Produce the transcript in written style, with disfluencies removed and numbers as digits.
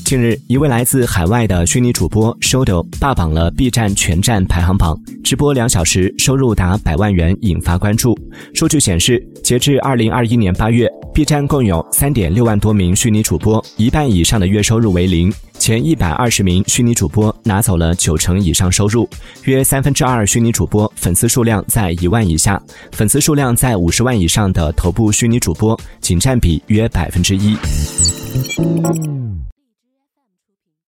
近日，一位来自海外的虚拟主播 Shodo 霸榜了 B 站全站排行榜，直播2小时，收入达100万元，引发关注。数据显示，截至2021年8月，B 站共有 3.6万多名虚拟主播，一半以上的月收入为0。前120名虚拟主播拿走了90%以上收入，约2/3虚拟主播粉丝数量在1万以下，粉丝数量在50万以上的头部虚拟主播仅占比约1%。